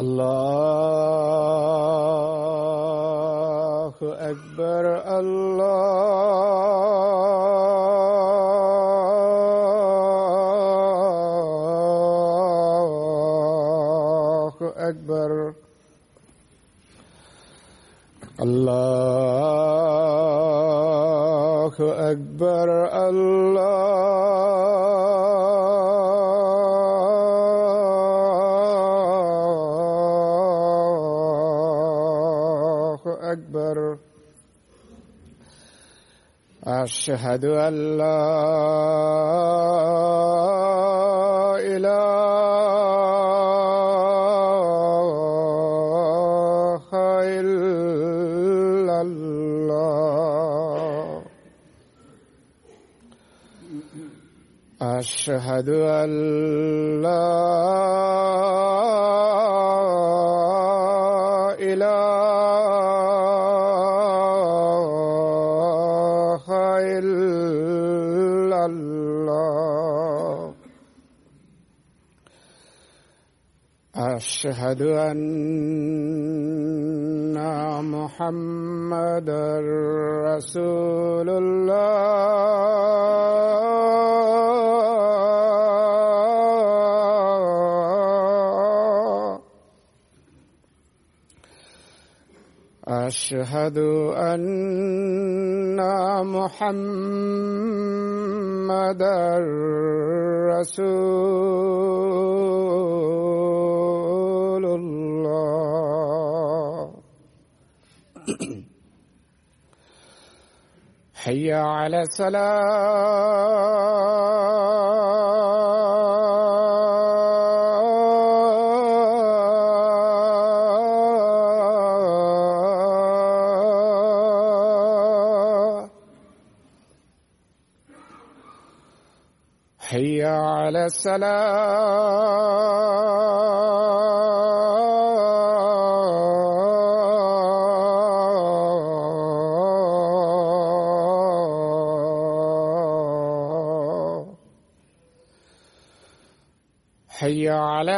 الله أكبر الله أكبر الله أكبر الله أكبر أشهد أن لا إله إلا الله أشهد أن لا إله إلا الله أشهد أن محمدًا رسول الله أشهد أن محمدًا رسول الله حي على الصلاة حي على الصلاة حي على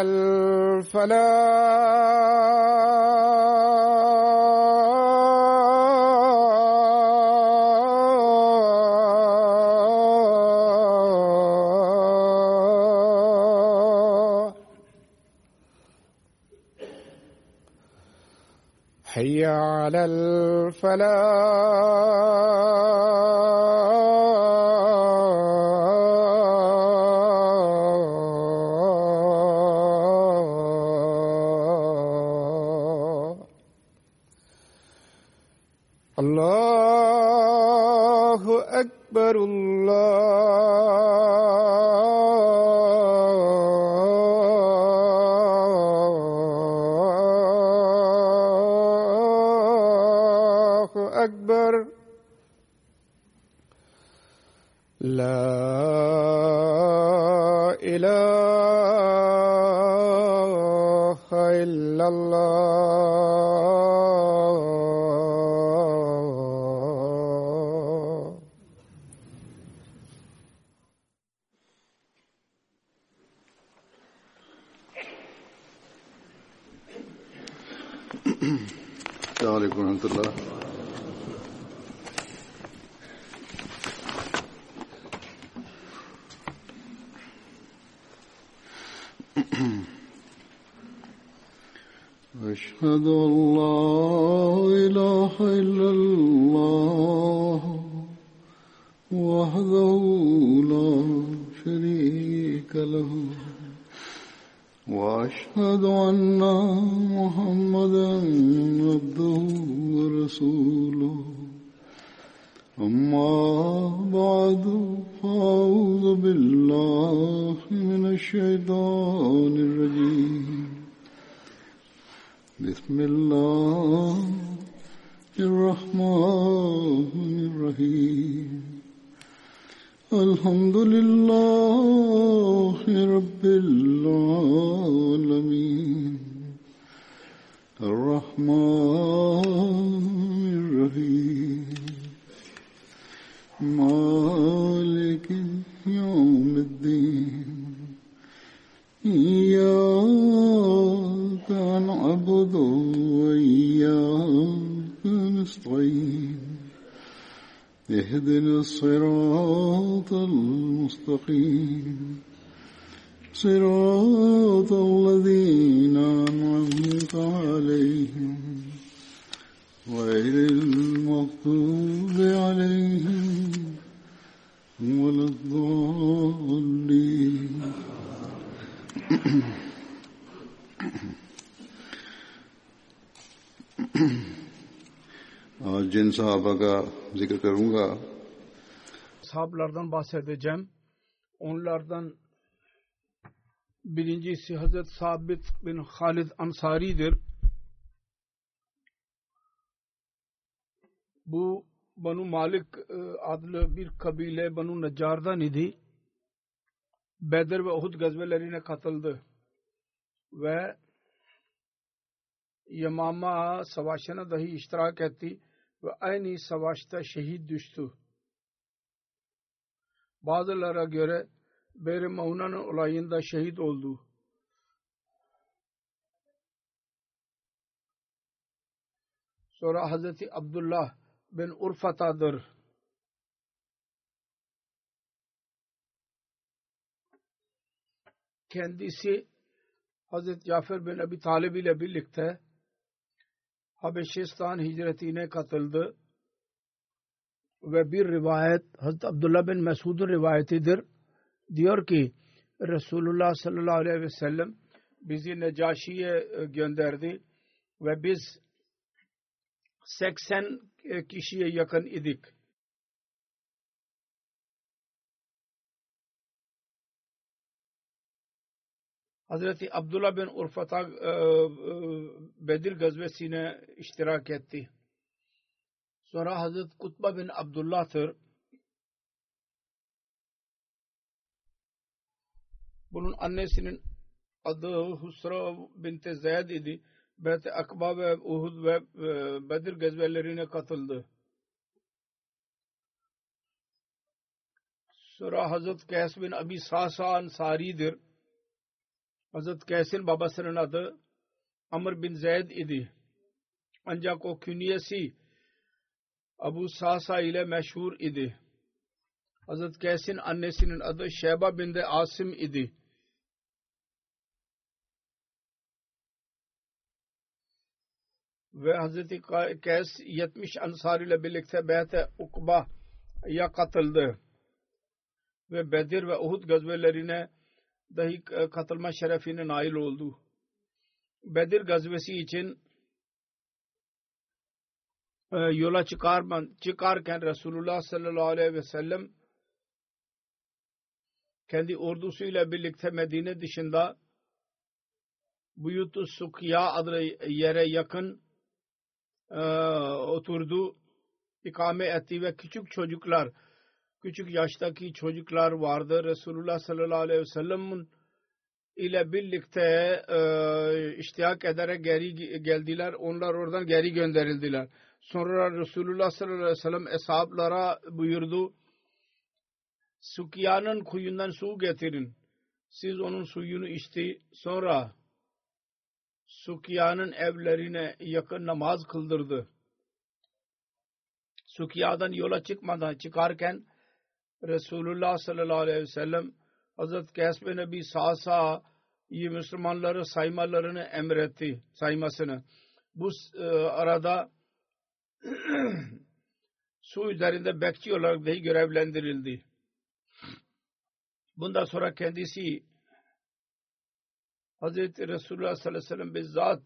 الفلاح حي على الفلاح الله أكبر الله أكبر لا إله إلا الله السلام عليكم ورحمة الله. أشهد أن لا إله إلا الله وحده لا شريك له وأشهد أن محمدًا عبده ورسوله أما بعد فأعوذ بالله من الشيطان الرجيم بسم الله الرحمن الرحيم الحمد لله رب العالمين الرحمن الرحيم مالك يوم الدين إياك نعبد وإياك نستعين اهدنا الصراط المستقيم صراط الذين أنعمت عليهم غير المغضوب عليهم ولا الضالين. आज जिन साहबा का जिक्र करूंगा, sahabelerden bahsedeceğim. Onlardan birincisi Hazreti Sabit bin Halid Ansari'dir. Bu Banu Malik adlı bir kabile Banu Neccar'dan idi. Bedir ve Uhud gazvelerine katıldı ve Yamama savaşına dahi iştirak etti ve aynı savaşta şehit düştü. Bazılara göre Be'r-i Mauna'nın olayında şehit oldu. Sonra Hazreti Abdullah bin Urfata'dır. Kendisi Hazreti Cafer bin Abi Talib ile birlikte Habeşistan hicretine katıldı ve bir rivayet Hazreti Abdullah bin Mesud'un rivayetidir. Diyor ki Resulullah sallallahu aleyhi ve sellem bizi Necaşi'ye gönderdi ve biz 80 kişiye yakın idik. Hazreti Abdullah bin Urfata Bedir gazvesine iştirak etti. Sonra Hazreti Kutba bin Abdullah'tır. Bunun annesinin adı Husra binti Zeyd idi. Bet-i Akba ve Uhud ve Bedir gazvelerine katıldı. Sonra Hazreti Kays bin Abi Sa'sa Ansari'dir. Hazreti Kays'in babasının adı Amr bin Zeyd idi. Ancak o künyesi Abu Sa'sa ile meşhur idi. Hazreti Kays'in annesinin adı Şeyba bin de Asim idi. Ve Hazreti Kays 70 Ansar ile birlikte Beyt-i Ukba'ya katıldı. Ve Bedir ve Uhud gazvelerine dahi katılma şerefine nail oldu. Bedir gazvesi için yola çıkarken Resulullah sallallahu aleyhi ve sellem kendi ordusuyla birlikte Medine dışında Buyut-u Sukya adlı yere yakın oturdu, ikame etti ve küçük yaştaki çocuklar vardı. Resulullah sallallahu aleyhi ve sellem ile birlikte iştiyak ederek geri geldiler. Onlar oradan geri gönderildiler. Sonra Resulullah sallallahu aleyhi ve sellem eshablara buyurdu, Sukya'nın kuyundan su getirin. Siz onun suyunu içti. Sonra Sukya'nın evlerine yakın namaz kıldırdı. Sukya'dan yola çıkarken Resulullah sallallahu aleyhi ve sellem Hazreti Kays bin Abi Sa'sa'yı Müslümanları saymalarını emretti, saymasını. Bu arada su üzerinde bekçi olarak dahi görevlendirildi. Bundan sonra kendisi Hazreti Resulullah sallallahu aleyhi ve sellem bizzat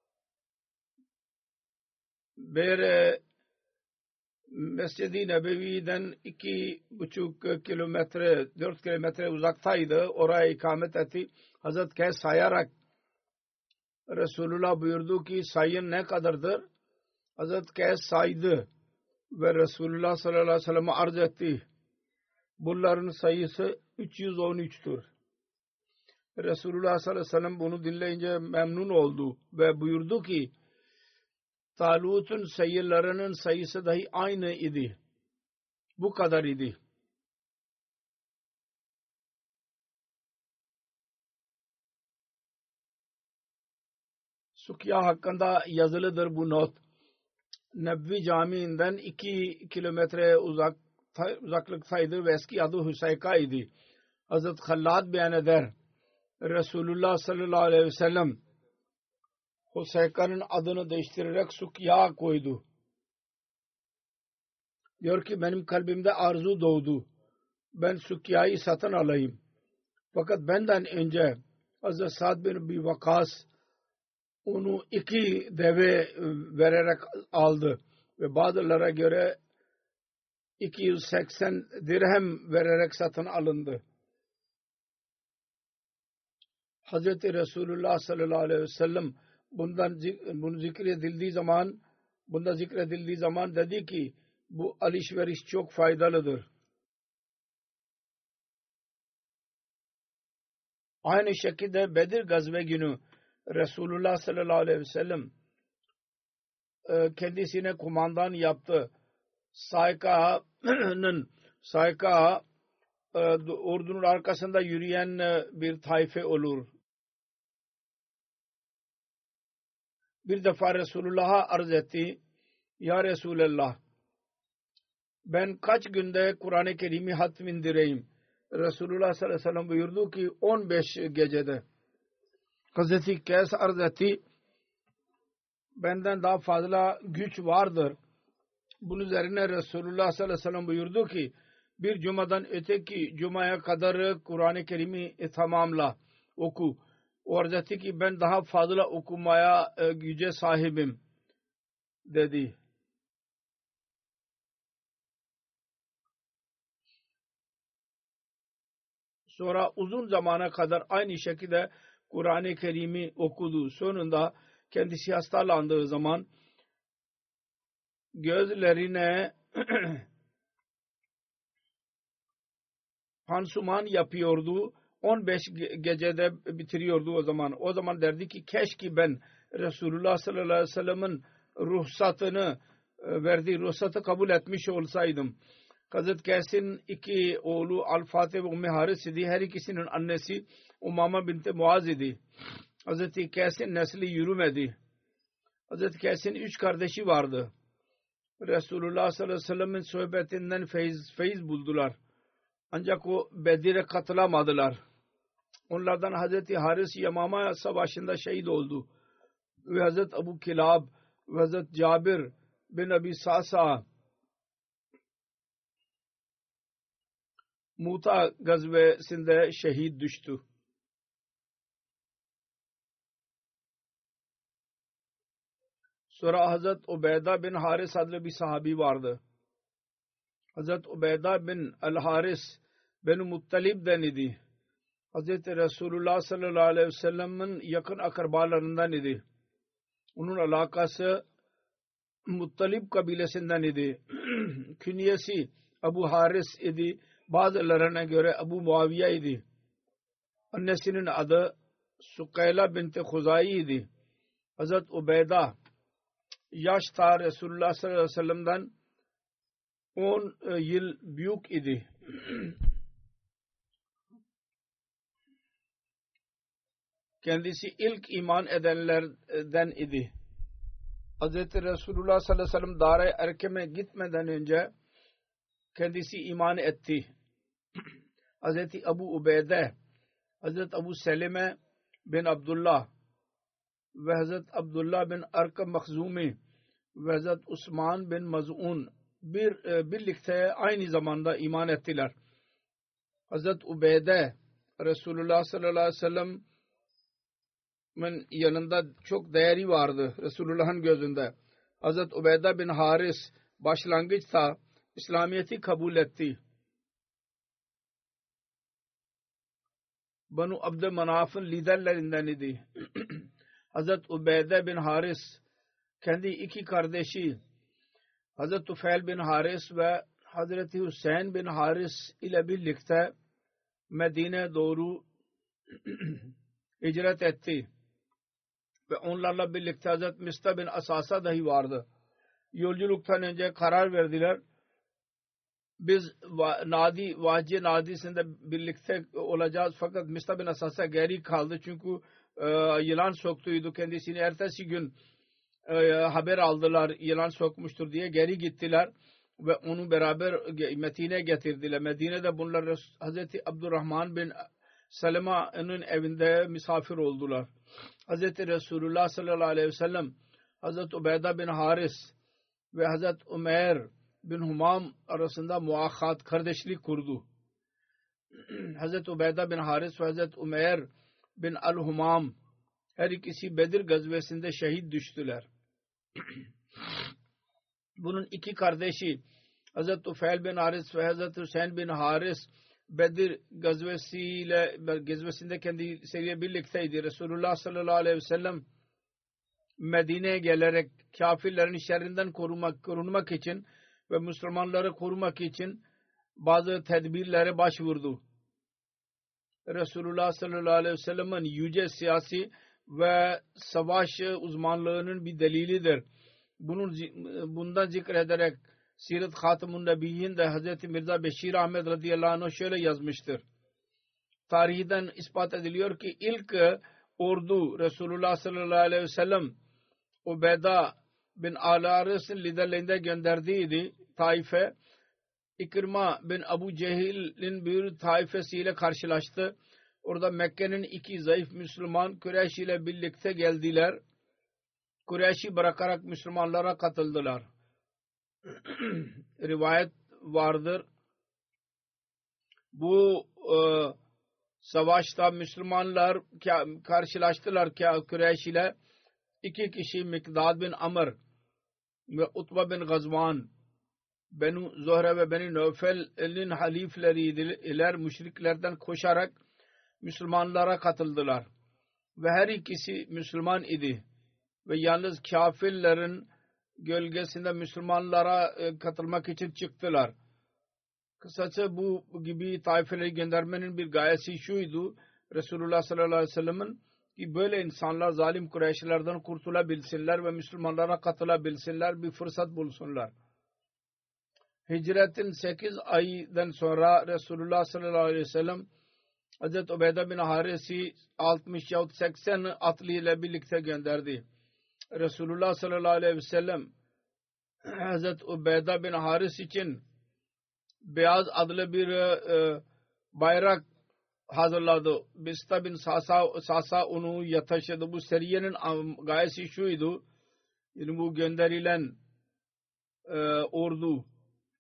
bir Mescid-i Nebevi'den 2,5 kilometre 4 kilometre uzaktaydı. Oraya ikamet etti. Hazreti Kays sayarak Resulullah buyurdu ki sayın ne kadardır? Hazreti Kays saydı ve Resulullah sallallahu aleyhi ve sellem'e arz etti. Bunların sayısı 313'tür. Resulullah sallallahu aleyhi ve sellem bunu dinleyince memnun oldu ve buyurdu ki Talut'un sayılarının sayısı dahi aynı idi. Bu kadar idi. Sukya hakkında yazılıdır bu not. Nebvi Camii'nden 2 kilometre uzaklıktaydı ve eski adı Hüseyka idi. Hazret Hallad beyan eder. Resulullah sallallahu aleyhi ve sellem Huseyka'nın adını değiştirerek Sukya koydu. Diyor ki benim kalbimde arzu doğdu. Ben Sukya'yı satın alayım. Fakat benden önce Hazret Sa'd bin Abi Vakas onu 2 deve vererek aldı. Ve bazılara göre 280 dirhem vererek satın alındı. Hazreti Resulullah sallallahu aleyhi ve sellem bunu zikredildiği zaman dedi ki bu alışveriş çok faydalıdır. Aynı şekilde Bedir gazve günü Resulullah sallallahu aleyhi ve sellem kendisine kumandan yaptı. Sayka ordunun arkasında yürüyen bir tayfe olur. Bir defa Resulullah'a arz etti. Ya Resulallah, ben kaç günde Kur'an-ı Kerim'i hatmindireyim? Resulullah sallallahu aleyhi ve sellem buyurdu ki 15 gecede. Hazreti Kays arz etti. Benden daha fazla güç vardır. Bunun üzerine Resulullah sallallahu aleyhi ve sellem buyurdu ki bir cumadan öteki cumaya kadar Kur'an-ı Kerim'i tamamla, oku. O arz etti ki ben daha fazla okumaya güce sahibim dedi. Sonra uzun zamana kadar aynı şekilde Kur'an-ı Kerim'i okudu. Sonunda kendisi hastalandığı zaman gözlerine pansuman yapıyordu. 15 gecede bitiriyordu o zaman. O zaman derdi ki keşke ben Resulullah sallallahu aleyhi ve sellem'in ruhsatı kabul etmiş olsaydım. Hazret Kays'in 2 oğlu Al-Fatih ve Umm Haris idi. Her ikisinin annesi Umama binti Muaz idi. Hazreti Kays'in nesli yürümedi. Hazreti Kays'in 3 kardeşi vardı. Resulullah sallallahu aleyhi ve sellem'in sohbetinden feyiz buldular. Ancak o Bedir'e katılamadılar. Onlardan Hazreti Haris Yamama savaşında şehit oldu. Ve Hazreti Abu Kilab ve Hazreti Cabir bin Abi Sa'sa Muta gazvesinde şehit düştü. Sonra Hazreti Ubeyda bin Haris adlı bir sahabi vardı. Hazreti Ubeyda bin Al-Haris bin Muttalib'den idi. Hazreti Resulullah sallallahu aleyhi ve sellem'in yakın akrabalarından idi. Onun alakası Muttalib kabilesinden idi. Künyesi Abu Haris idi. Bazılarına göre Abu Muaviye idi. Annesinin adı Sukayla binti Khuzai idi. Hazreti Ubeyda yaşta Resulullah sallallahu aleyhi ve sellem'den 10 yıl büyük idi. Kendisi ilk iman edenlerden idi. Hazreti Resulullah sallallahu aleyhi ve sellem Dar-ı Erkem'e gitmeden önce kendisi iman etti. Hazreti Abu Ubeyde, Hazreti Abu Selime bin Abdullah ve Hazreti Abdullah bin Arkam Makhzumi ve Hazreti Osman bin Maz'un birlikte aynı zamanda iman ettiler. Hazreti Ubeyde Resulullah sallallahu aleyhi ve sellem'in yanında çok değeri vardı Resulullah'ın gözünde. Hazreti Ubeyde bin Haris başlangıçta İslamiyet'i kabul etti. Banu Abdümanaf'ın liderlerinden idi. Hazreti Ubeyde bin Haris kendi 2 kardeşi Hazreti Tufayl bin Haris ve Hazreti Hüseyin bin Haris ile birlikte Medine doğru hicret etti. Ve onlarla birlikte Hazreti Mista bin Asasa dahi vardı. Yolculuktan önce karar verdiler. Biz Vahci Nadi'sinde birlikte olacağız. Fakat Mista bin Asasa geri kaldı. Çünkü yılan soktuydu kendisini. Ertesi gün haber aldılar yılan sokmuştur diye, geri gittiler ve onu beraber Medine'ye getirdiler. Medine'de bunlar Hazreti Abdurrahman bin Salema'nın evinde misafir oldular. Hazreti Resulullah sallallahu aleyhi ve sellem Hazreti Ubeyda bin Haris ve Hazreti Ömer bin Humam arasında muakhat, kardeşlik kurdu. Hazreti Ubeyda bin Haris ve Hazreti Ömer bin al-Humam her ikisi Bedir gazvesinde şehit düştüler. Bunun iki kardeşi Hazreti Tufayl bin Haris ve Hazreti Hüseyin bin Haris Bedir gazvesinde kendisiyle birlikteydi. Resulullah sallallahu aleyhi ve sellem Medine'ye gelerek kafirlerin şerrinden korunmak için ve Müslümanları korumak için bazı tedbirlere başvurdu. Resulullah sallallahu aleyhi ve sellem'in yüce siyasi ve savaş uzmanlığının bir delilidir. Bundan zikrederek Sirat Hatamun Nebiyyin de Hazreti Mirza Beşir Ahmed radıyallahu anh şöyle yazmıştır. Tarihten ispat ediliyor ki ilk ordu Resulullah sallallahu aleyhi ve sellem Ubeyda bin Al-Haris'in liderliğinde gönderdiğiydi Taif'e. İkrima bin Abu Cehil'in bir taifesiyle karşılaştı. Orada Mekke'nin iki zayıf Müslüman Kureyş ile birlikte geldiler. Kureyş'i bırakarak Müslümanlara katıldılar. Rivayet vardır. Bu savaşta Müslümanlar karşılaştılar Kureyş ile. İki kişi Mikdad bin Amr ve Utba bin Gazvan Benu Zuhre ve Beni Nöfel'in halifleriydiler. Müşriklerden koşarak Müslümanlara katıldılar. Ve her ikisi Müslüman idi. Ve yalnız kafirlerin gölgesinde Müslümanlara katılmak için çıktılar. Kısaca bu gibi taifeleri göndermenin bir gayesi şuydu. Resulullah sallallahu aleyhi ve sellem'in ki böyle insanlar zalim Kureyşlilerden kurtulabilsinler ve Müslümanlara katılabilsinler, bir fırsat bulsunlar. Hicretin 8 aydan sonra Resulullah sallallahu aleyhi ve sellem Hazreti Ubeyda bin Haris'i 60 yahut 80 atlı ile birlikte gönderdi. Resulullah sallallahu aleyhi ve sellem Hazreti Ubeyda bin Haris için beyaz adlı bir bayrak hazırladı. Bista bin Sasa onu taşıdı. Bu seriyenin gayesi şuydu. Yani bu gönderilen ordu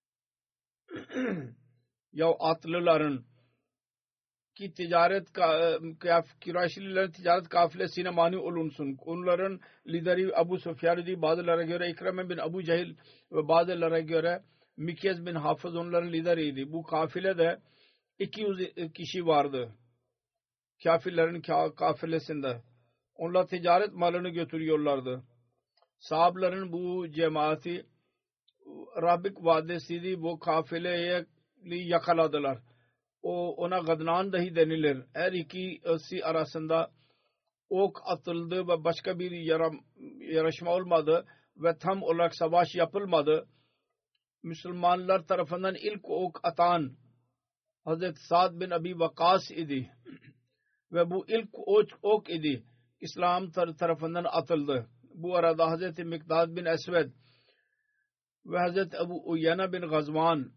ya atlıların ki Kureyşlilerin ticaret kafilesine mani olunsun. Onların lideri Abu Sufyan'dı. Bazılara göre İkrime bin Abu Cehil ve bazılara göre Mikyez bin Hafız onların lideriydi. Bu kafilede 200 kişi vardı. Kafirlerin kafilesinde. Onlar ticaret malını götürüyorlardı. Sahabların bu cemaati Rabik Vadisi'di. Bu kafileyi yakaladılar. Ona Gadnan dahi denilir. Her ikisi arasında ok atıldı ve başka bir yarışma olmadı ve tam olarak savaş yapılmadı. Müslümanlar tarafından ilk ok atan Hazreti Sa'd bin Abi Vakas idi. Ve bu ilk ok idi. İslam tarafından atıldı. Bu arada Hazreti Mikdad bin Esved ve Hazreti Ebu Uyana bin Gazvan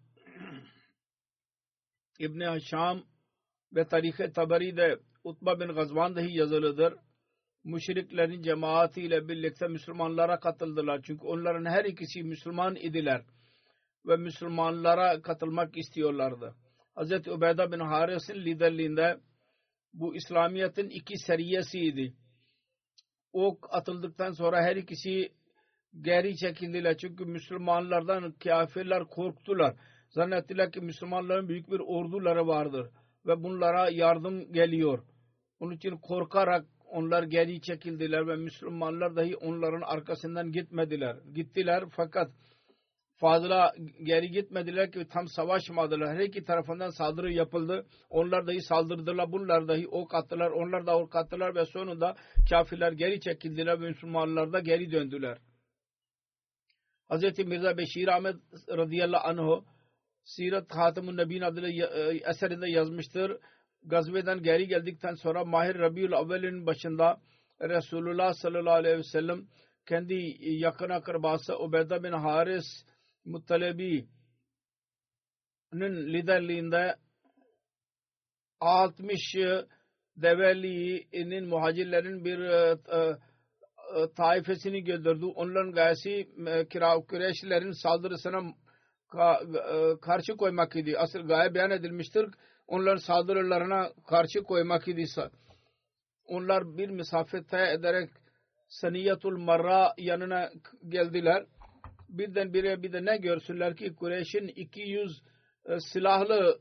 İbn-i Haşam ve Tarih-i Tabari'de Utba bin Gazvan dahi yazılıdır. Müşriklerin cemaatiyle birlikte Müslümanlara katıldılar. Çünkü onların her ikisi Müslüman idiler. Ve Müslümanlara katılmak istiyorlardı. Hazreti Ubeyda bin Haris'in liderliğinde bu İslamiyet'in iki seriyesiydi. Ok atıldıktan sonra her ikisi geri çekildiler. Çünkü Müslümanlardan kafirler korktular. Zannettiler ki Müslümanların büyük bir orduları vardır ve bunlara yardım geliyor. Onun için korkarak onlar geri çekildiler ve Müslümanlar dahi onların arkasından gitmediler. Gittiler fakat fazla geri gitmediler ki tam savaşmadılar. Her iki tarafından saldırı yapıldı. Onlar dahi saldırdılar. Bunlar dahi ok attılar. Onlar da ok attılar ve sonunda kafirler geri çekildiler ve Müslümanlar da geri döndüler. Hazreti Mirza Beşir Ahmed radıyallahu anh Sirat Hatamun Nebiyyin adlı eserinde yazmıştır. gazveden geri geldikten sonra Mahir Rabiul Avvel'in başında Resulullah sallallahu aleyhi ve sellem kendi yakın akrabası Ubeyde bin Haris Muttalebi'nin liderliğinde 60 Develi'nin muhacirlerin bir taifesini gönderdi. Onların gayesi Kureyşlilerin saldırısına karşı koymak idi. Asıl gaye beyan edilmiştir. Onların saldırılarına karşı koymak idi. Onlar bir mesafe ederek Saniyatul Marra yanına geldiler. Birdenbire bir de ne görsünler ki Kureyş'in 200 silahlı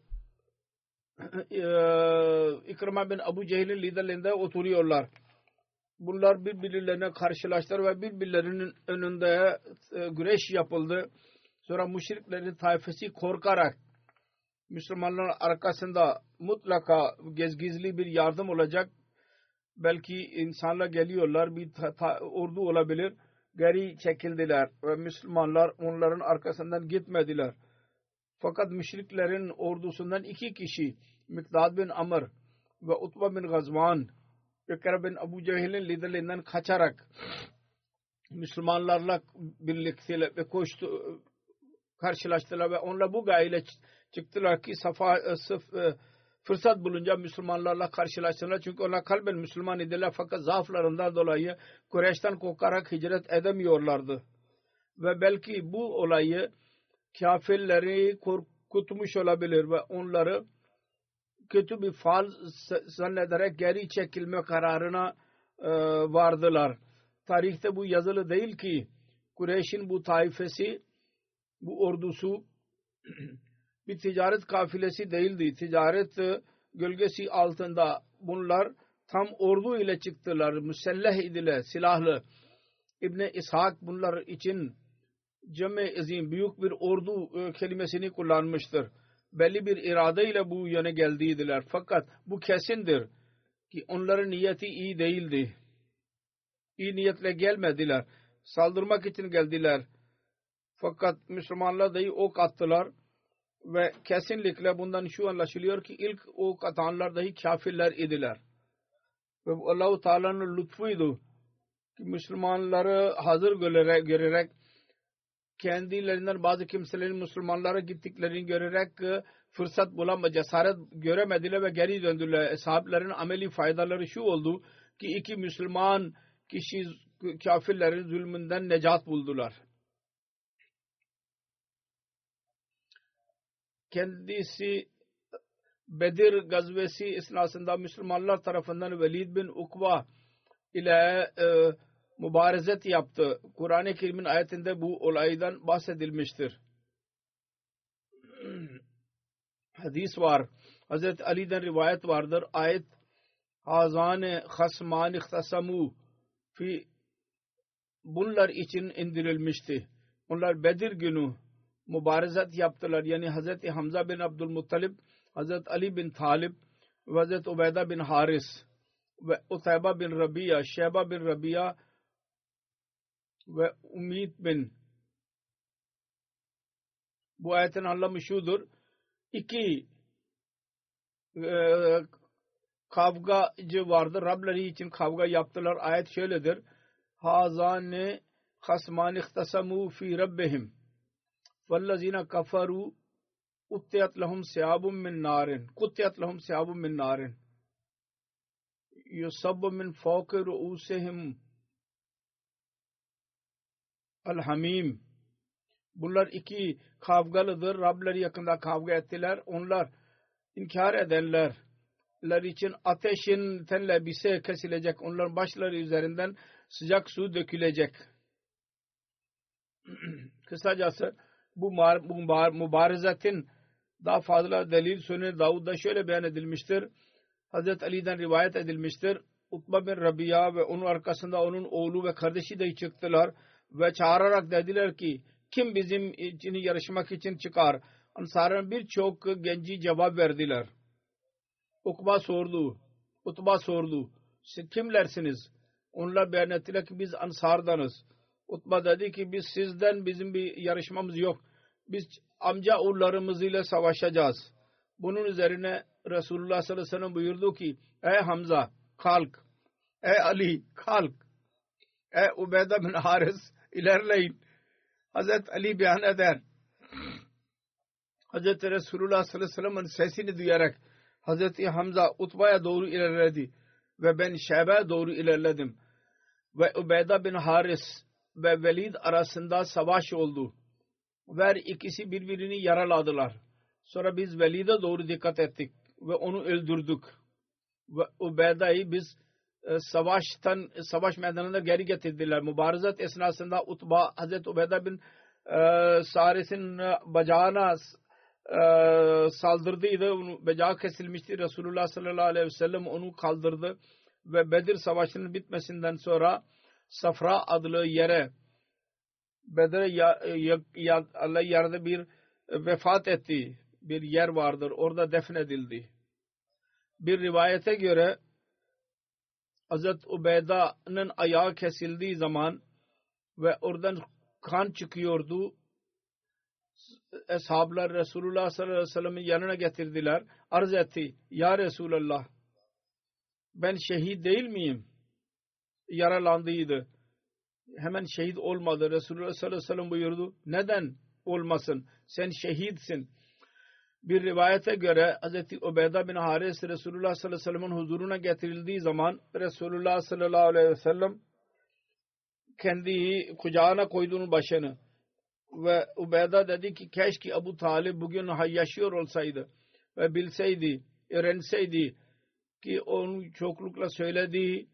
İkrima bin Abu Cehil'in liderliğinde oturuyorlar. Bunlar birbirlerine karşılaştılar ve birbirlerinin önünde güreş yapıldı. Sonra müşriklerin taifesi korkarak Müslümanların arkasında mutlaka gizli bir yardım olacak. Belki insanlar geliyorlar, bir ordu olabilir. Geri çekildiler ve Müslümanlar onların arkasından gitmediler. Fakat müşriklerin ordusundan 2 kişi Mikdad bin Amr ve Utba bin Gazvan İkrima bin Abu Cehil'in liderliğinden kaçarak Müslümanlarla birlikte ve karşılaştılar ve onlar bu gayeyle çıktılar ki fırsat bulunca Müslümanlarla karşılaştılar. Çünkü onlar kalben Müslüman idiler fakat zaaflarından dolayı Kureyş'ten korkarak hicret edemiyorlardı. Ve belki bu olayı kafirleri korkutmuş olabilir ve onları kötü bir faal zannederek geri çekilme kararına vardılar. Tarihte bu yazılı değil ki Kureyş'in bu taifesi, bu ordusu bir ticaret kafilesi değildi. Ticaret gölgesi altında bunlar tam ordu ile çıktılar. Müsellah idiler, silahlı. İbn-i İshak bunlar için cem-i azim, büyük bir ordu kelimesini kullanmıştır. Belli bir iradeyle bu yöne geldiydiler. Fakat bu kesindir ki onların niyeti iyi değildi. İyi niyetle gelmediler. Saldırmak için geldiler. Fakat Müslümanlar dahi ok attılar ve kesinlikle bundan şu anlaşılıyor ki ilk ok atanlar dahi kafirler idiler. Ve Allah-u Teala'nın lütfuydu ki Müslümanları hazır görerek kendilerinden bazı kimselerin Müslümanlara gittiklerini görerek fırsat bulamadı, cesaret göremediler ve geri döndüler. Sahabelerin ameli faydaları şu oldu ki 2 Müslüman kişi kafirlerin zulmünden necat buldular. Kendisi Bedir gazvesi esnasında Müslümanlar tarafından Velid bin Ukba ile mübarezet yaptı. Kur'an-ı Kerim'in ayetinde bu olaydan bahsedilmiştir. Hadis var. Hazreti Ali'den rivayet vardır. Ayet hazane hasman ihtasamu fi bunlar için indirilmişti. Onlar Bedir günü mübarezet yaptılar. Yani Hazreti Hamza bin Abdülmuttalib, Hazreti Ali bin Talib ve Hazreti Ubeyde bin Haris ve Utayba bin Rabia, Şeyba bin Rabia ve Umid bin. Bu ayetin anlamı şudur. 2 kavgacı vardı. Rableri için kavga yaptılar. Ayet şöyledir. Hazane hasman ihtasamu fi rabbihim vellezine kafaru uttiyat lahum siyabun min narin kuttiyat lahum siyabun min narin yusabbu min fawqi ru'usihim el-hamim. Bunlar 2 kavgalıdır. Rableri yakında kavga ettiler. Onlar inkar edenler için ateşin tenlebise kesilecek. Onların başları üzerinden sıcak su dökülecek. Kısacası bu mübarezetin daha fazla delil Sünnet Davud'da şöyle beyan edilmiştir. Hazreti Ali'den rivayet edilmiştir. Utba bin Rabia ve onun arkasında onun oğlu ve kardeşi de çıktılar ve çağırarak dediler ki kim bizim için yarışmak için çıkar? Ansar'ın birçok genci cevap verdiler. Utba sordu. Siz kimlersiniz? Onlar beyan ettiler ki biz Ansar'danız. Utba dedi ki biz sizden bizim bir yarışmamız yok. Biz amca oğullarımız ile savaşacağız. Bunun üzerine Resulullah sallallahu aleyhi ve sellem buyurdu ki ey Hamza kalk, ey Ali kalk, ey Ubeyde bin Haris ilerleyin. Hazreti Ali beyan eder. Hazreti Resulullah sallallahu aleyhi ve sellem'in sesini duyarak Hazreti Hamza Utba'ya doğru ilerledi ve ben Şeybe'ye doğru ilerledim ve Ubeyde bin Haris ve Velid arasında savaş oldu ve ikisi birbirini yaraladılar. Sonra biz Velid'e doğru dikkat ettik ve onu öldürdük ve Ubeyde'yi biz savaş meydanına geri getirdiler. Mübarizat esnasında Utba Hazreti Ubeyde bin Saris'in bacağına saldırdıydı. Bacağı kesilmişti. Resulullah sallallahu aleyhi ve sellem onu kaldırdı ve Bedir savaşının bitmesinden sonra Safra adlı yere Bedir'e Allah yerde bir vefat etti. Bir yer vardır. Orada defnedildi. Bir rivayete göre Hazreti Ubeyda'nın ayağı kesildiği zaman ve oradan kan çıkıyordu. Eshablar Resulullah sallallahu aleyhi ve sellem'in yanına getirdiler. Arz etti. Ya Resulallah ben şehit değil miyim? Yaralandıydı. Hemen şehit olmadı. Resulullah sallallahu aleyhi ve sellem buyurdu. Neden olmasın? Sen şehitsin. Bir rivayete göre Hazreti Ubeyde bin Haris Resulullah sallallahu aleyhi ve sellem'in huzuruna getirildiği zaman Resulullah sallallahu aleyhi ve sellem kendi kucağına koyduğunun başını ve Ubeyde dedi ki keşke Ebu Talib bugün yaşıyor olsaydı ve bilseydi, öğrenseydi ki onun çoklukla söylediği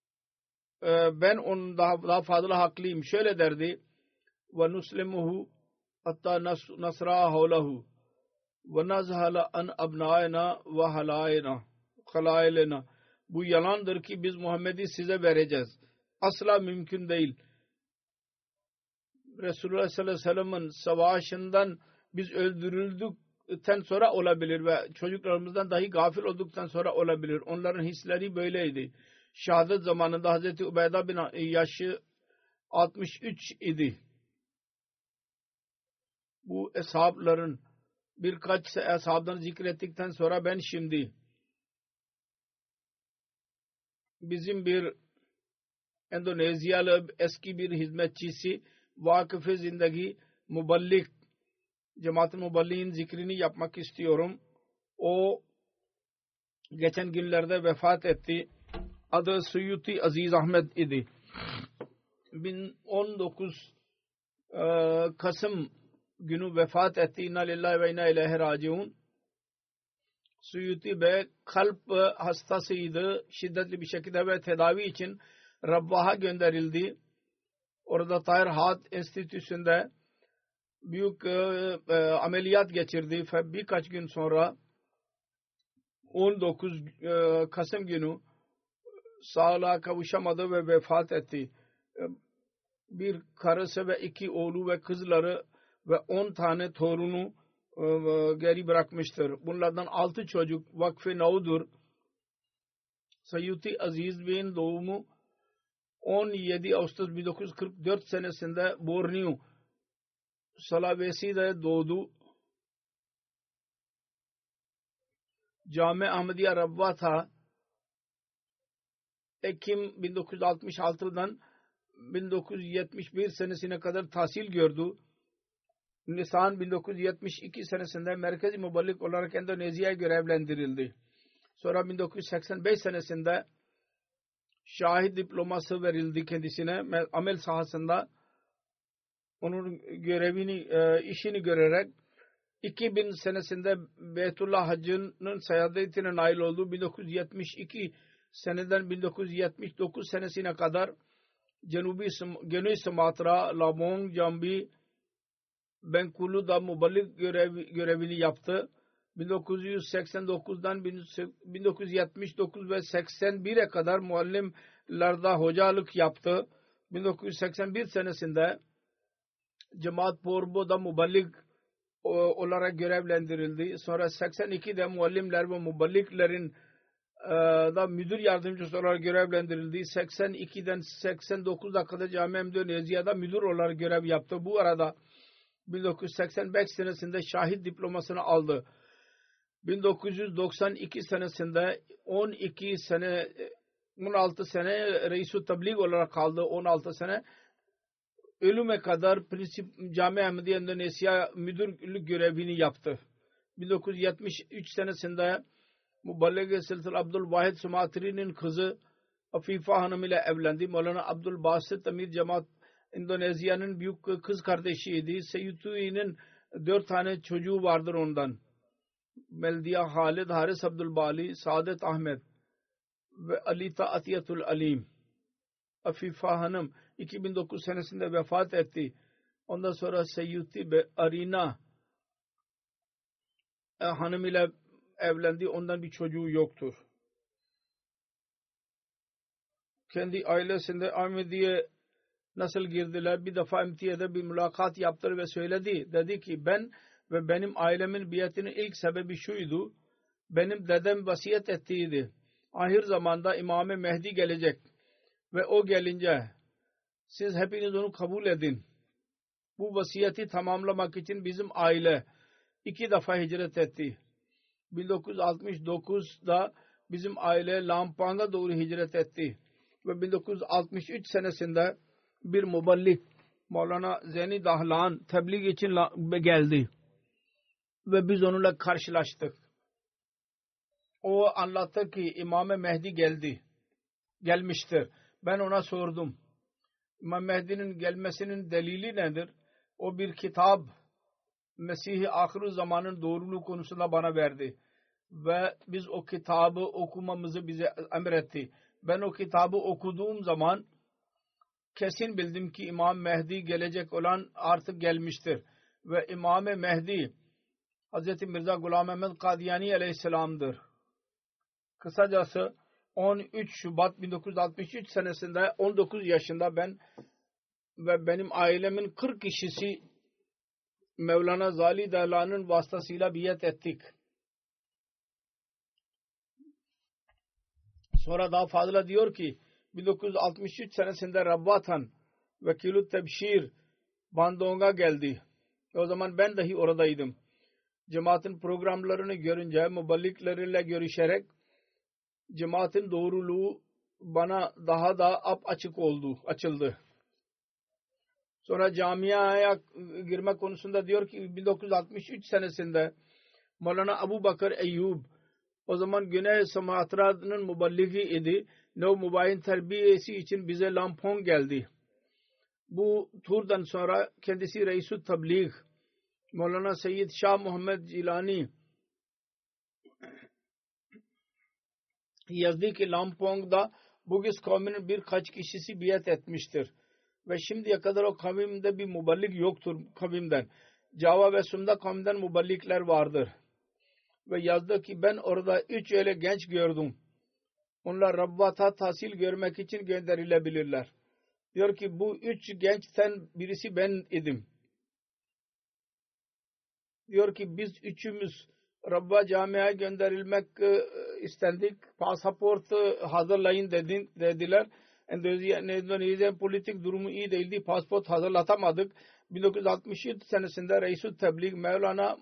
ben onun daha fazla haklıyım. Şöyle derdi ve nuslimuhu hatta nasra havlahu ve nazhala an abnaina ve halailena. Bu yalandır ki biz Muhammed'i size vereceğiz. Asla mümkün değil. Resulullah sallallahu aleyhi ve sellem'in savaşından biz öldürüldükten sonra olabilir ve çocuklarımızdan dahi gafil olduktan sonra olabilir. Onların hisleri böyleydi. Şehadet zamanında Hazreti Ubeyde bin yaşı 63 idi. Bu eshabların birkaç eshabdan zikrettikten sonra ben şimdi bizim bir Endonezyalı eski bir hizmetçisi Vakıf-ı Zindagi Muballik Cemaat-ı Muballik'in zikrini yapmak istiyorum. O geçen günlerde vefat etti. Adı Suyuti Aziz Ahmet idi. 19 Kasım günü vefat etti. İnna lillahi ve inna ileyhi raciun. Suyuti Bey kalp hastasıydı. Şiddetli bir şekilde ve tedavi için Rabbah'a gönderildi. Orada Tahir Hat Enstitüsü'nde büyük ameliyat geçirdi ve birkaç gün sonra 19 Kasım günü sağlığa kavuşamadı ve vefat etti. Bir karısı ve 2 oğlu ve kızları ve 10 tane torunu geri bırakmıştır. Bunlardan 6 çocuk Vakf-ı Nau'dur. Sayyuti Aziz Bey'in doğumu 17 Ağustos 1944 senesinde Borneo Sulawesi'de doğdu. Cami Ahmediye Rabwat'a Ekim 1966'dan 1971 senesine kadar tahsil gördü. Nisan 1972 senesinde Merkezi Muballik olarak Endonezya'ya görevlendirildi. Sonra 1985 senesinde şahit diploması verildi kendisine amel sahasında. Onun işini görerek 2000 senesinde Beytullah Haccı'nın saadetine nail oldu. 1972 seneden 1979 senesine kadar Güney Sumatra, Lampung, Jambi, Bengkulu'da muballik görevini yaptı. 1989'dan 1979 ve 81'e kadar muallimlerde hocalık yaptı. 1981 senesinde Cemaat Porbo'da muballik olarak görevlendirildi. Sonra 82'de muallimler ve muballiklerin da müdür yardımcısı olarak görevlendirildi. 82'den 89'a kadar Cami Endonezya'da müdür olarak görev yaptı. Bu arada 1985 senesinde şahit diplomasını aldı. 1992 senesinde 16 sene reis-i tabligh olarak kaldı. 16 sene ölüme kadar Cami Ahmediye Endonezya müdürlük görevini yaptı. 1973 senesinde Muballigh-i Silsil Abdülvahid Sumatri'nin kızı Afifa Hanım ile evlendi. Maulana Abdülbasit Amir Cemaat Endonezya'nın büyük kız kardeşiydi. Seyyutu'nun 4 tane çocuğu vardır ondan. Meldiya Halid, Haris Abdülbali, Saadet Ahmet ve Alita Atiyatul Alim. Afifa Hanım 2009 senesinde vefat etti. Ondan sonra Seyyuti Arina Hanım ile evlendi. Ondan bir çocuğu yoktur. Kendi ailesinde Ahmediye nasıl girdiler? Bir defa emtiyede bir mülakat yaptı ve söyledi. Dedi ki ben ve benim ailemin biatinin ilk sebebi şuydu. Benim dedem vasiyet ettiydi. Ahir zamanda İmam-ı Mehdi gelecek. Ve o gelince siz hepiniz onu kabul edin. Bu vasiyeti tamamlamak için bizim aile 2 defa hicret etti. 1969'da bizim aile Lampang'a doğru hicret etti. Ve 1963 senesinde bir muballigh Maulana Zeyni Dahlan tebliğ için geldi. Ve biz onunla karşılaştık. O anlattı ki İmam-ı Mehdi gelmiştir. Ben ona sordum. İmam Mehdi'nin gelmesinin delili nedir? O bir kitap Mesih-i Ahir-i Zaman'ın doğruluğu konusunda bana verdi. Ve biz o kitabı okumamızı bize emretti. Ben o kitabı okuduğum zaman kesin bildim ki İmam Mehdi gelecek olan artık gelmiştir. Ve İmam-ı Mehdi Hz. Mirza Ghulam Ahmed Kadiyani Aleyhisselam'dır. Kısacası 13 Şubat 1963 senesinde 19 yaşında ben ve benim ailemin 40 kişisi Mevlana Zali Dahlan'ın vasıtasıyla biat ettik. Sonra daha fazla diyor ki 1963 senesinde Rabbatan Vekil-ü Tebşir Bandong'a geldi. O zaman ben dahi oradaydım. Cemaatin programlarını görünce muballikleriyle görüşerek cemaatin doğruluğu bana daha da açık açıldı. Sonra camiaya girme konusunda diyor ki 1963 senesinde Maulana Abu Bakr Eyyub o zaman Güney Sumatra'nın muballighi idi. Nev Mubayin terbiyesi için bize Lampong geldi. Bu turdan sonra kendisi reis-i tabligh Maulana Seyyid Şah Muhammed Cilani yazdı ki Lampong'da Bugis kavminin birkaç kişisi biat etmiştir. Ve şimdiye kadar o kavimde bir muballik yoktur kavimden. Java ve Sunda kavminden muballikler vardır. Ve yazdı ki ben orada 3 öyle genç gördüm. Onlar Rabbata tahsil görmek için gönderilebilirler. Diyor ki bu 3 gençten birisi ben idim. Diyor ki biz üçümüz Rabba camiaya gönderilmek istendik. Pasaport hazırlayın dediler. Endonezya politik durumu iyi değildi. Pasaport hazırlatamadık. 1967 senesinde Reis-i Tebliğ Mevlana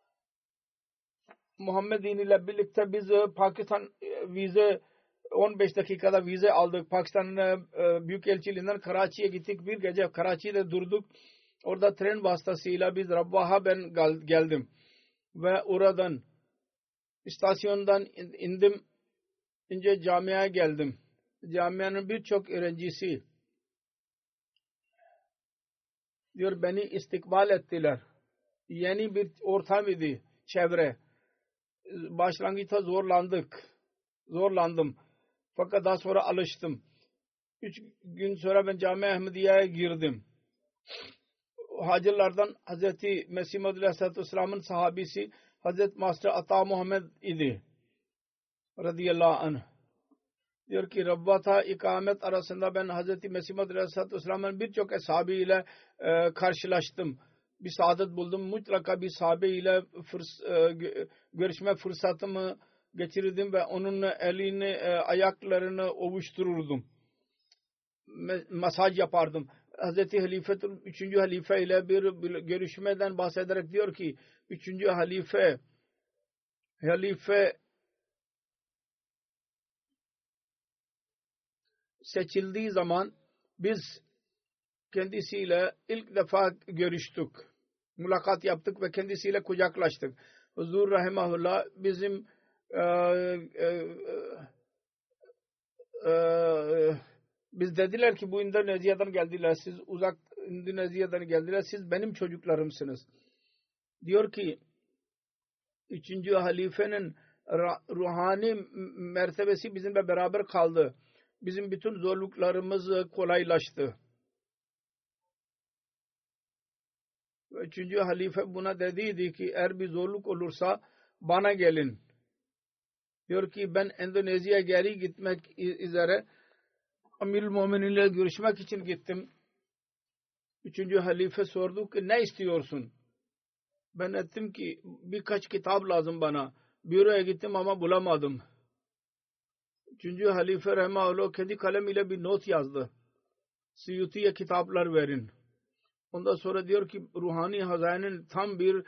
Muhammedin ile birlikte biz Pakistan vize 15 dakikada vize aldık. Pakistan'ın Büyükelçiliğinden Karachi'ye gittik. Bir gece Karachi'de durduk. Orada tren vasıtasıyla biz Rabbaha ben geldim. Ve oradan istasyondan indim. İnce camiaya geldim. Camianın birçok öğrencisi diyor beni istikbal ettiler. Yeni bir ortam idi. Çevre. Başlangıçta zorlandım. Fakat daha sonra alıştım. 3 gün sonra ben Cami Ahmediye'ye girdim. Hacılardan Hazreti Mesih Maud Aleyhisselatü Vesselam'ın sahabisi Hazreti Master Ata Muhammed idi. Radıyallahu anh. Diyor ki Rabbata ikamet arasında ben Hazreti Mesih Maud Aleyhisselatü Vesselam'ın birçok ashabı ile karşılaştım. Bir saadet buldum. Mutlaka bir sahabe ile görüşme fırsatımı geçirdim ve onun elini, ayaklarını ovuştururdum. Masaj yapardım. Hazreti Halife'nin 3. halife ile bir görüşmeden bahsederek diyor ki 3. halife halife seçildiği zaman biz kendisiyle ilk defa görüştük, mülakat yaptık ve kendisiyle kucaklaştık. Huzur rahimahullah bizim biz dediler ki bu Endonezya'dan geldiler, siz uzak Endonezya'dan geldiler, siz benim çocuklarımsınız. Diyor ki 3. halifenin ruhani mertebesi bizimle beraber kaldı. Bizim bütün zorluklarımız kolaylaştı. 3. halife buna dediydi ki eğer bir zorluk olursa bana gelin. Diyor ki ben Endonezya'ya geri gitmek üzere Amirül Mu'mininle görüşmek için gittim. 3. halife sordu ki ne istiyorsun? Ben ettim ki birkaç kitap lazım bana. Büroya gittim ama bulamadım. 3. halife rahimahullah kendi kalem ile bir not yazdı. Suyuti'ye kitaplar verin. Ondan sonra diyor ki ruhani hazanenin tam bir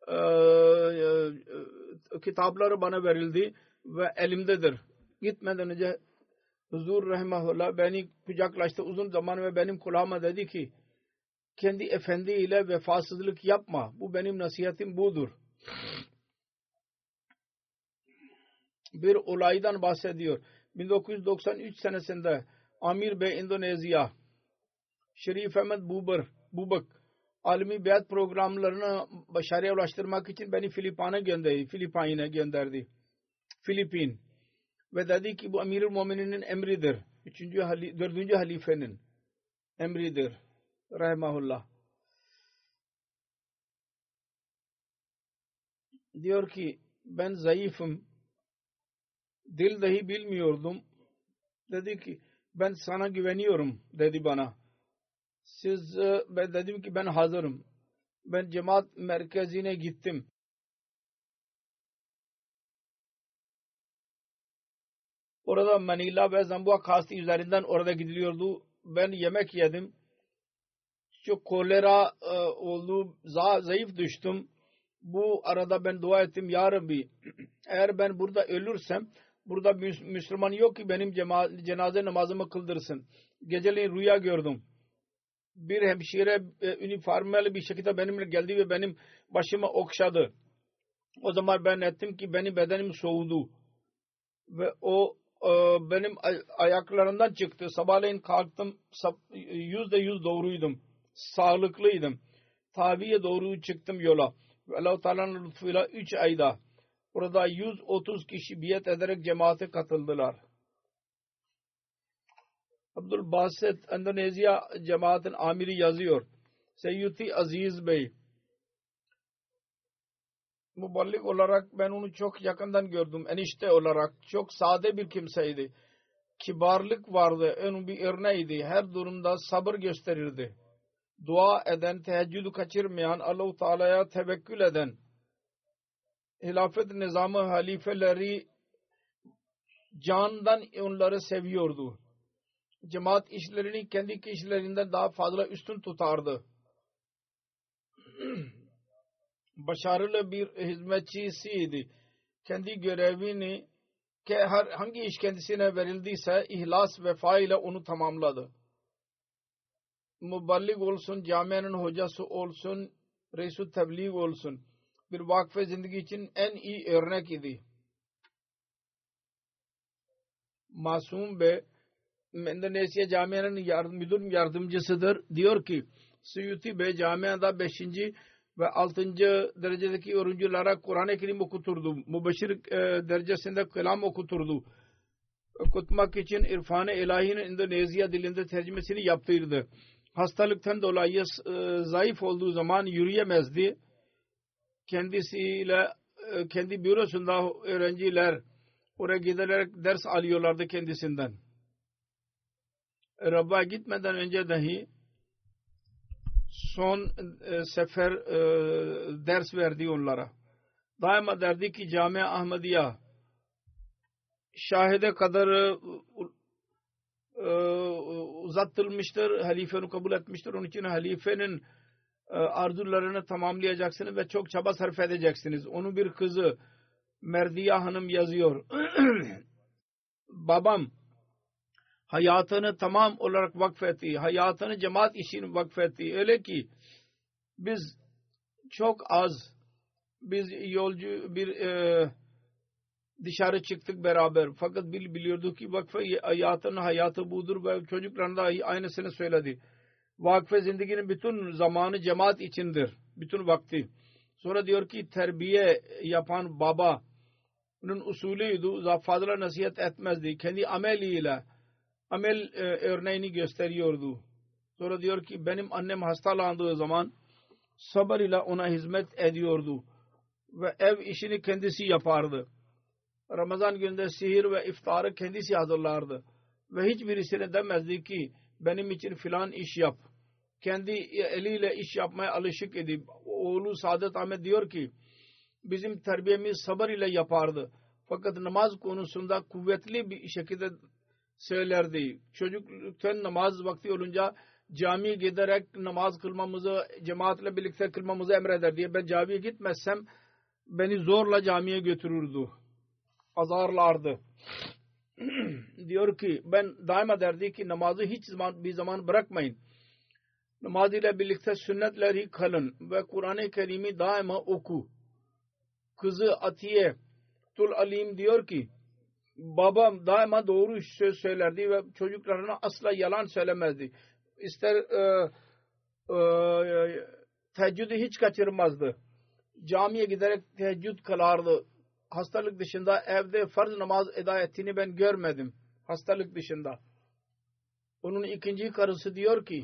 kitapları bana verildi ve elimdedir. Gitmeden önce Huzur rahimahullah beni kucaklaştı uzun zaman ve benim kulağıma dedi ki kendi efendi ile vefasızlık yapma. Bu benim nasihatim budur. Bir olaydan bahsediyor. 1993 senesinde Amir Bey Endonezya Şerif Ahmet Bubak alemi beyat programlarını başarıya ulaştırmak için beni Filipin'e gönderdi. Filipin. Ve dedi ki bu Amirül Mu'mininin emridir. 4. halifenin emridir. Rahimahullah. Diyor ki ben zayıfım. Dil dahi bilmiyordum. Dedi ki ben sana güveniyorum dedi bana. Ben dedim ki ben hazırım. Ben cemaat merkezine gittim. Orada Manila ve Zambua kasti üzerinden orada gidiliyordu. Ben yemek yedim. Çok kolera oldu. Zayıf düştüm. Bu arada ben dua ettim. Ya Rabbi eğer ben burada ölürsem burada Müslüman yok ki benim cenaze namazımı kıldırsın. Geceleyin rüya gördüm. Bir hemşire üniformalı bir şekilde benimle geldi ve benim başımı okşadı. O zaman ben ettim ki benim bedenim soğudu. Ve o benim ayaklarımdan çıktı. Sabahleyin kalktım. %100 doğruydum. Sağlıklıydım. Tabiye doğru çıktım yola. Ve Allah-u Teala'nın lütfuyla 3 ayda orada 130 kişi biat ederek cemaate katıldılar. Abdülbasit Endonezya cemaatin amiri yazıyor. Seyyuti Aziz Bey muballik olarak ben onu çok yakından gördüm. Enişte olarak çok sade bir kimseydi. Kibarlık vardı. Onun bir örneğiydi. Her durumda sabır gösterirdi. Dua eden, teheccüdü kaçırmayan, Allah-u Teala'ya tevekkül eden, hilafet nizamı halifeleri candan onları seviyordu. Cemaat işlerini kendi işlerinden daha fazla üstün tutardı. Başarılı bir hizmetçisiydi. Kendi görevini hangi iş kendisine verildiyse ihlas vefa ile onu tamamladı. Muballik olsun, camianın hocası olsun, reis-i tebliğ olsun. Bir vakfe zindagi için en iyi örnek idi. Masum Bey Endonezya camianın müdür yardımcısıdır. Diyor ki Suyuti Bey camiada 5. ve 6. derecedeki öğrencilere Kur'an-ı Kerim okuturdu. Mübeşşir derecesinde kelam okuturdu. Okutmak için İrfan-ı İlahi'nin Endonezya dilinde tercümesini yaptırdı. Hastalıktan dolayı zayıf olduğu zaman yürüyemezdi. Kendisiyle kendi bürosunda öğrenciler oraya giderek ders alıyorlardı kendisinden. Rabb'a gitmeden önce dahi son sefer ders verdi onlara. Daima derdi ki Cami-i Ahmediye şahide kadar uzattılmıştır. Halife onu kabul etmiştir. Onun için halifenin arzularını tamamlayacaksınız ve çok çaba sarf edeceksiniz. Onun bir kızı Merdiye Hanım yazıyor. Babam hayatını tamam olarak vakfetti. Hayatını cemaat için vakfetti. Öyle ki biz çok az yolcu dışarı çıktık beraber. Fakat biliyorduk ki vakfe hayatının hayatı budur ve çocuklarına da aynısını söyledi. Vakfe zindaginin bütün zamanı cemaat içindir. Bütün vakti. Sonra diyor ki terbiye yapan babanın usulüydü. Fazla nasihat etmezdi. Kendi amel örneğini gösteriyordu. Sonra diyor ki benim annem hastalandığı zaman sabır ile ona hizmet ediyordu. Ve ev işini kendisi yapardı. Ramazan günde sihir ve iftarı kendisi hazırlardı. Ve hiçbirisine demezdi ki benim için filan iş yap. Kendi eliyle iş yapmaya alışık idi. Oğlu Saadet Ahmet diyor ki bizim terbiyemiz sabır ile yapardı. Fakat namaz konusunda kuvvetli bir şekilde söylerdi. Çocukken namaz vakti olunca camiye giderek namaz kılmamızı, cemaatle birlikte kılmamızı emrederdi. Ben camiye gitmezsem beni zorla camiye götürürdü. Azarlardı. Diyor ki ben daima derdi ki namazı bir zaman bırakmayın. Namaz ile birlikte sünnetleri kılın ve Kur'an-ı Kerim'i daima oku. Kızı Atiye Tul Alim diyor ki babam daima doğru söz söylerdi ve çocuklarına asla yalan söylemezdi. İster teheccüdü hiç kaçırmazdı. Camiye giderek teheccüd kılardı. Hastalık dışında evde farz namaz eda ettiğini ben görmedim. Hastalık dışında. Onun ikinci karısı diyor ki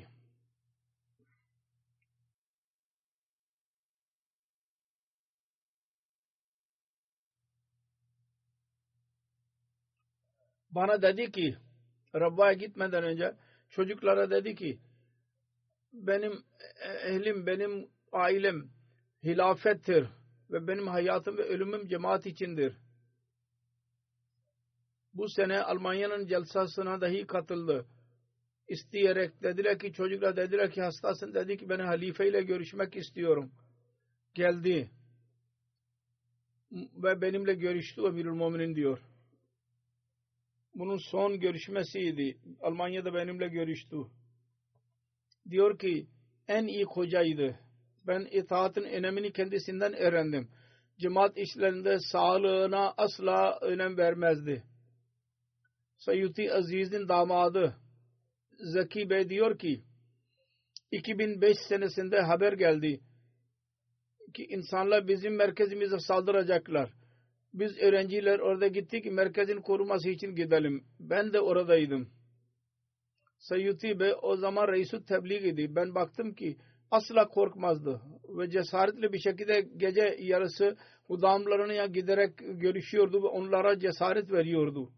bana dedi ki Rabba'ya gitmeden önce çocuklara dedi ki benim ehlim, benim ailem hilafettir ve benim hayatım ve ölümüm cemaat içindir. Bu sene Almanya'nın celsasına dahi katıldı. İsteyerek dediler ki çocuklar dediler ki hastasın, dedi ki ben halifeyle görüşmek istiyorum. Geldi ve benimle görüştü Emirülmüminin diyor. Bunun son görüşmesiydi. Almanya'da benimle görüştü. Diyor ki en iyi kocaydı. Ben itaatin önemini kendisinden öğrendim. Cemaat işlerinde sağlığına asla önem vermezdi. Sayyid-i Aziz'in damadı Zeki Bey diyor ki 2005 senesinde haber geldi ki insanlar bizim merkezimize saldıracaklar. Biz öğrenciler orada gittik, merkezin koruması için gidelim. Ben de oradaydım. Sayyid Bey o zaman reis-i tebliğ idi. Ben baktım ki asla korkmazdı ve cesaretli bir şekilde gece yarısı hudamlarına giderek görüşüyordu ve onlara cesaret veriyordu.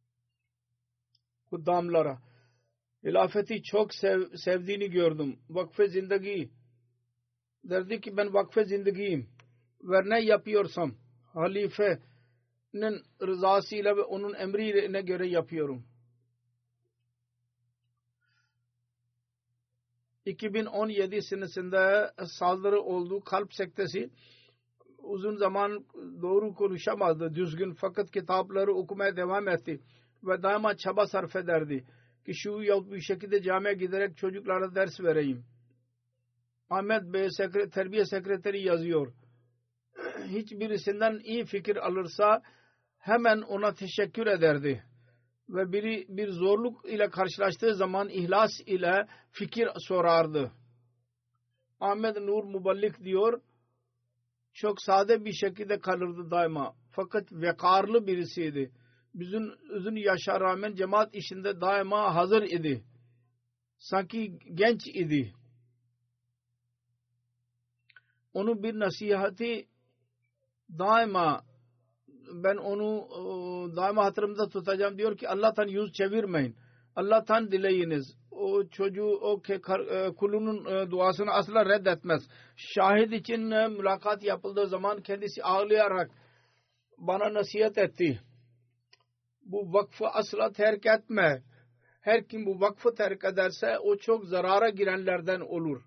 Hudamlara. Hilafeti çok sevdiğini gördüm. Vakfe zindagi derdi ki ben vakfe zindagiyim ve ne yapıyorsam halifenin rızasıyla ve onun emrine göre yapıyorum. 2017 senesinde saldırı oldu. Kalp sektesi. Uzun zaman doğru konuşamazdı düzgün, fakat kitapları okumaya devam etti ve daima çaba sarf ederdi ki şu ya bir şekilde camiye giderek çocuklara ders vereyim. Ahmet Bey terbiye sekreteri yazıyor. Hiçbirisinden iyi fikir alırsa hemen ona teşekkür ederdi. Ve biri bir zorluk ile karşılaştığı zaman ihlas ile fikir sorardı. Ahmet Nur Muballik diyor, çok sade bir şekilde kalırdı daima. Fakat vekarlı birisiydi. Bizim uzun yaşa rağmen cemaat işinde daima hazır idi. Sanki genç idi. Onun bir nasihati daima ben onu daima hatırımda tutacağım. Diyor ki Allah'tan yüz çevirmeyin. Allah'tan dileyiniz. O çocuğu, o kulunun duasını asla reddetmez. Şahit için mülakat yapıldığı zaman kendisi ağlayarak bana nasihat etti. Bu vakfı asla terk etme. Her kim bu vakfı terk ederse o çok zarara girenlerden olur.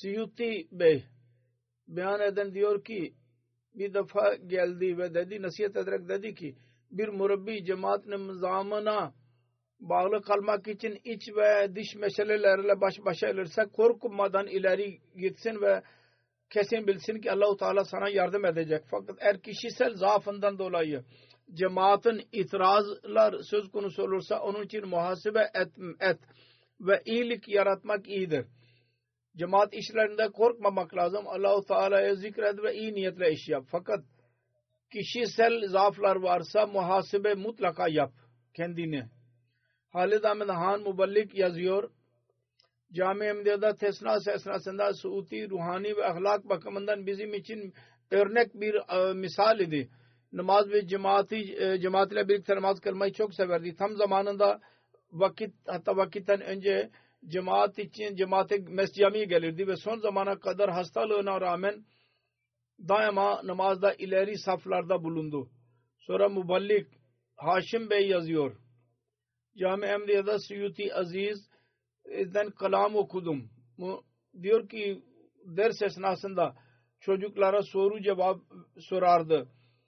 Suyuti Bey beyan eden diyor ki bir defa geldi ve dedi, nasihat ederek dedi ki bir murabbi cemaat nizamına bağlı kalmak için iç ve dış meselelerle baş başa gelirse korkmadan ileri gitsin ve kesin bilsin ki Allah-u Teala sana yardım edecek. Fakat eğer kişisel zaafından dolayı cemaatin itirazlar söz konusu olursa onun için muhasebe et ve iyilik yaratmak iyidir. Cemaat işlerinde korkmamak lazım. Allah-u Teala'ya zikret ve iyi niyetle iş yap. Fakat kişisel zaaflar varsa muhasebe mutlaka yap kendini. Halid Ahmed Han Muballik yazıyor. Cami-i Ahmediye'de tesnas esnasında Suuti ruhani ve ahlak bakımından bizim için örnek bir misal idi. Namaz ve cemaatle birlikte namaz kılmayı çok severdi. Tam zamanında vakitten önce cemaate mescamiye gelirdi ve son zamana kadar hastalığına rağmen daima namazda ileri saflarda bulundu. Sonra Muballik Haşim Bey yazıyor. Cami-i Ahmediye'de Suyuti Aziz'den kalam okudum. Diyor ki ders esnasında çocuklara soru cevap sorardı.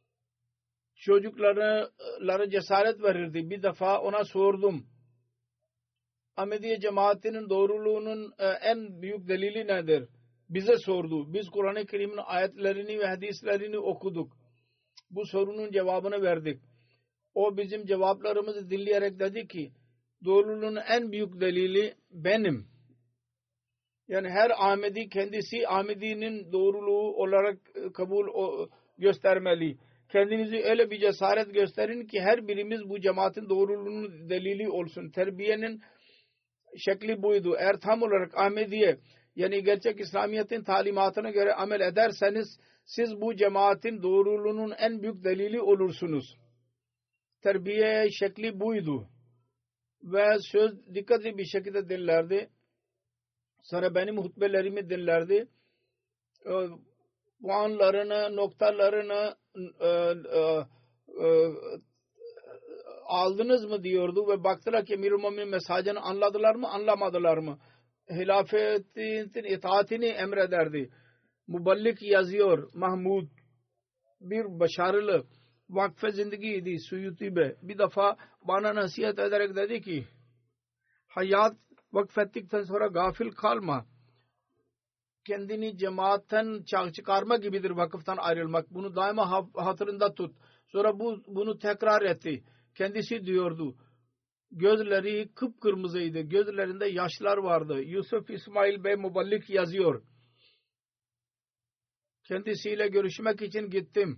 Çocuklara cesaret verirdi. Bir defa ona sordum. Ahmediye cemaatinin doğruluğunun en büyük delili nedir? Bize sordu. Biz Kur'an-ı Kerim'in ayetlerini ve hadislerini okuduk. Bu sorunun cevabını verdik. O bizim cevaplarımızı dinleyerek dedi ki doğruluğun en büyük delili benim. Yani her Ahmedi kendisi Ahmedi'nin doğruluğu olarak kabul göstermeli. Kendinizi öyle bir cesaret gösterin ki her birimiz bu cemaatin doğruluğunun delili olsun. Terbiyenin şekli buydu. Eğer tam olarak Ahmediye yani gerçek İslamiyet'in talimatına göre amel ederseniz siz bu cemaatin doğruluğunun en büyük delili olursunuz. Terbiye şekli buydu. Ve söz dikkatli bir şekilde dinlerdi. Sonra benim hutbelerimi dinlerdi. Puanlarını, noktalarını aldınız mı diyordu ve baktılar ki Emir-i Mu'minin mesajını anladılar mı, anlamadılar mı? Hilafetin itaatini emrederdi. Muballik yazıyor Mahmud bir başarılı vakfe zindagiydi Suyuti Bey. Bir defa bana nasihat ederek dedi ki hayat vakfettikten sonra gafil kalma. Kendini cemaatten çıkarma gibidir vakıftan ayrılmak. Bunu daima hatırında tut. Sonra bunu tekrar etti. Kendisi diyordu. Gözleri kıpkırmızıydı. Gözlerinde yaşlar vardı. Yusuf İsmail Bey Muballik yazıyor. Kendisiyle görüşmek için gittim.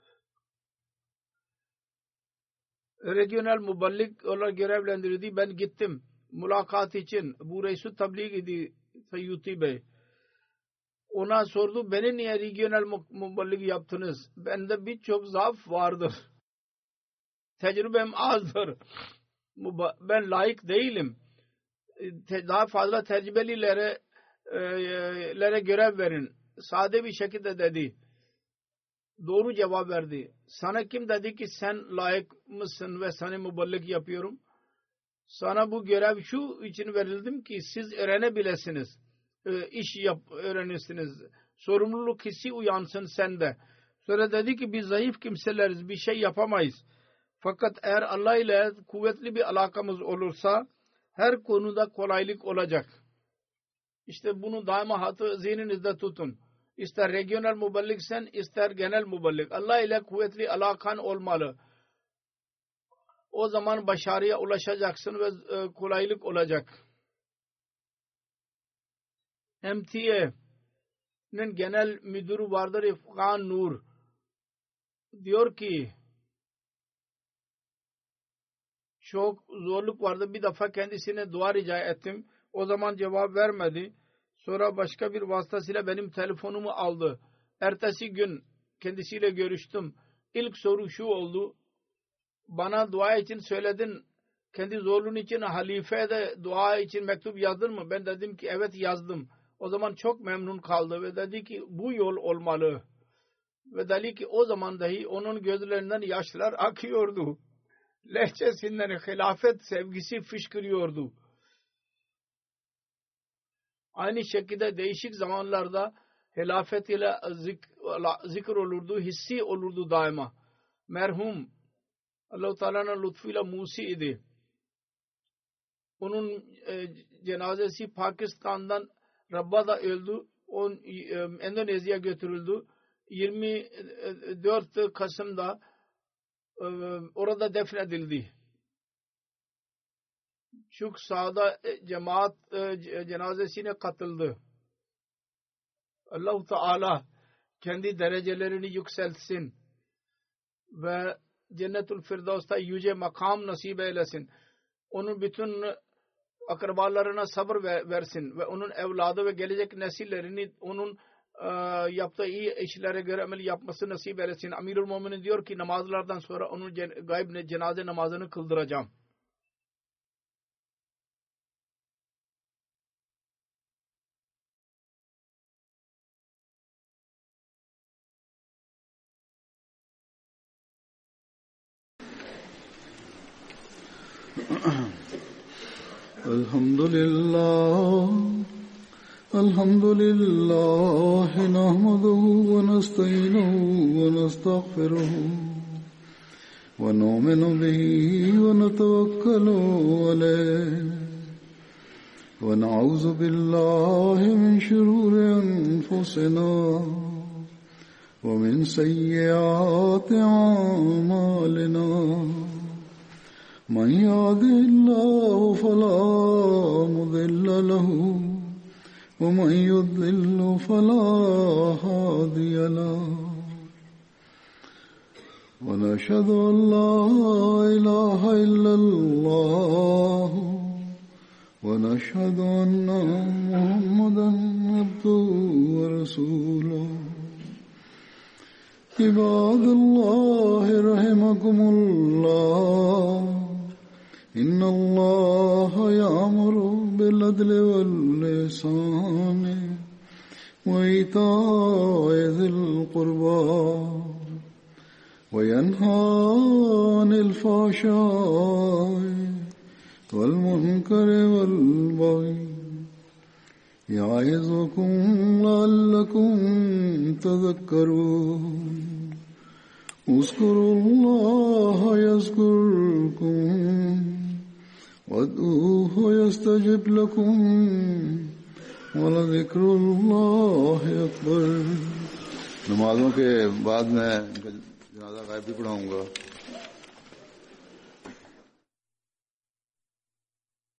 Regional Muballik olarak görevlendirildi. Ben gittim. Mülakat için. Bu Reis-i Tabligh idi Suyuti Bey. Ona sordu. Beni niye regional muballik yaptınız? Bende birçok zaaf vardır. Tecrübem azdır. Ben layık değilim. Daha fazla tecrübelilere görev verin. Sade bir şekilde dedi. Doğru cevap verdi. Sana kim dedi ki sen layık mısın ve seni muballik yapıyorum? Sana bu görev şu için verildim ki siz öğrenebilesiniz. İş öğrenirsiniz. Sorumluluk hissi uyansın sende. Sonra dedi ki biz zayıf kimseleriz. Bir şey yapamayız. Fakat eğer Allah ile kuvvetli bir alakamız olursa her konuda kolaylık olacak. İşte bunu daima zihninizde tutun. İster regional muballiksen ister genel muballik. Allah ile kuvvetli alakan olmalı. O zaman başarıya ulaşacaksın ve kolaylık olacak. MTA'nın genel müdürü vardır İfkan Nur. Diyor ki çok zorluk vardı. Bir defa kendisine dua rica ettim. O zaman cevap vermedi. Sonra başka bir vasıtasıyla benim telefonumu aldı. Ertesi gün kendisiyle görüştüm. İlk soru şu oldu. Bana dua için söyledin. Kendi zorluğun için halifeye de dua için mektup yazdın mı? Ben dedim ki evet yazdım. O zaman çok memnun kaldı ve dedi ki bu yol olmalı. Ve dedi ki o zaman dahi onun gözlerinden yaşlar akıyordu. Lehçesinden hilafet sevgisi fışkırıyordu. Aynı şekilde değişik zamanlarda hilafet ile zikr olurdu, hissi olurdu daima. Merhum Allah-u Teala'nın lütfuyla Musi idi. Onun cenazesi Pakistan'dan Rabba'da öldü. Endonezya'ya götürüldü. 24 Kasım'da orada defnedildi. Çok sahada cemaat cenazesine katıldı. Allah-u Teala kendi derecelerini yükseltsin ve Cennet-ül Firdevs'ta yüce makam nasip eylesin. Onun bütün akrabalarına sabır versin ve onun evladı ve gelecek nesillerini onun yaptığı iyi işlere göre amel yapması nasip eylesin. Amirul Muminin diyor ki namazlardan sonra onun gayb cenaze namazını kıldıracağım. Elhamdülillah nahmaduhu ve nestainuhu ve nestağfiruhu ve nu'minu bihi ve netevekkalu aleyh ve na'udzu billahi min şururi enfusina ve min seyyiati a'malina. من يهده الله فلا مضل له ومن يضلل فلا هادي له ونشهد أن لا إله إلا الله ونشهد أن محمدا عبده ورسوله عباد الله رحمكم الله إن الله يأمر بالعدل والإحسان وإيتاء ذي القربى وينهى عن الفحشاء والمنكر والبغي يعظكم لعلكم تذكرون اذكروا الله يذكركم وادعوه يستجب لكم ولذكر الله أكبर. नमाजों के बाद में जनाजा गायब भी पढ़ाऊंगा.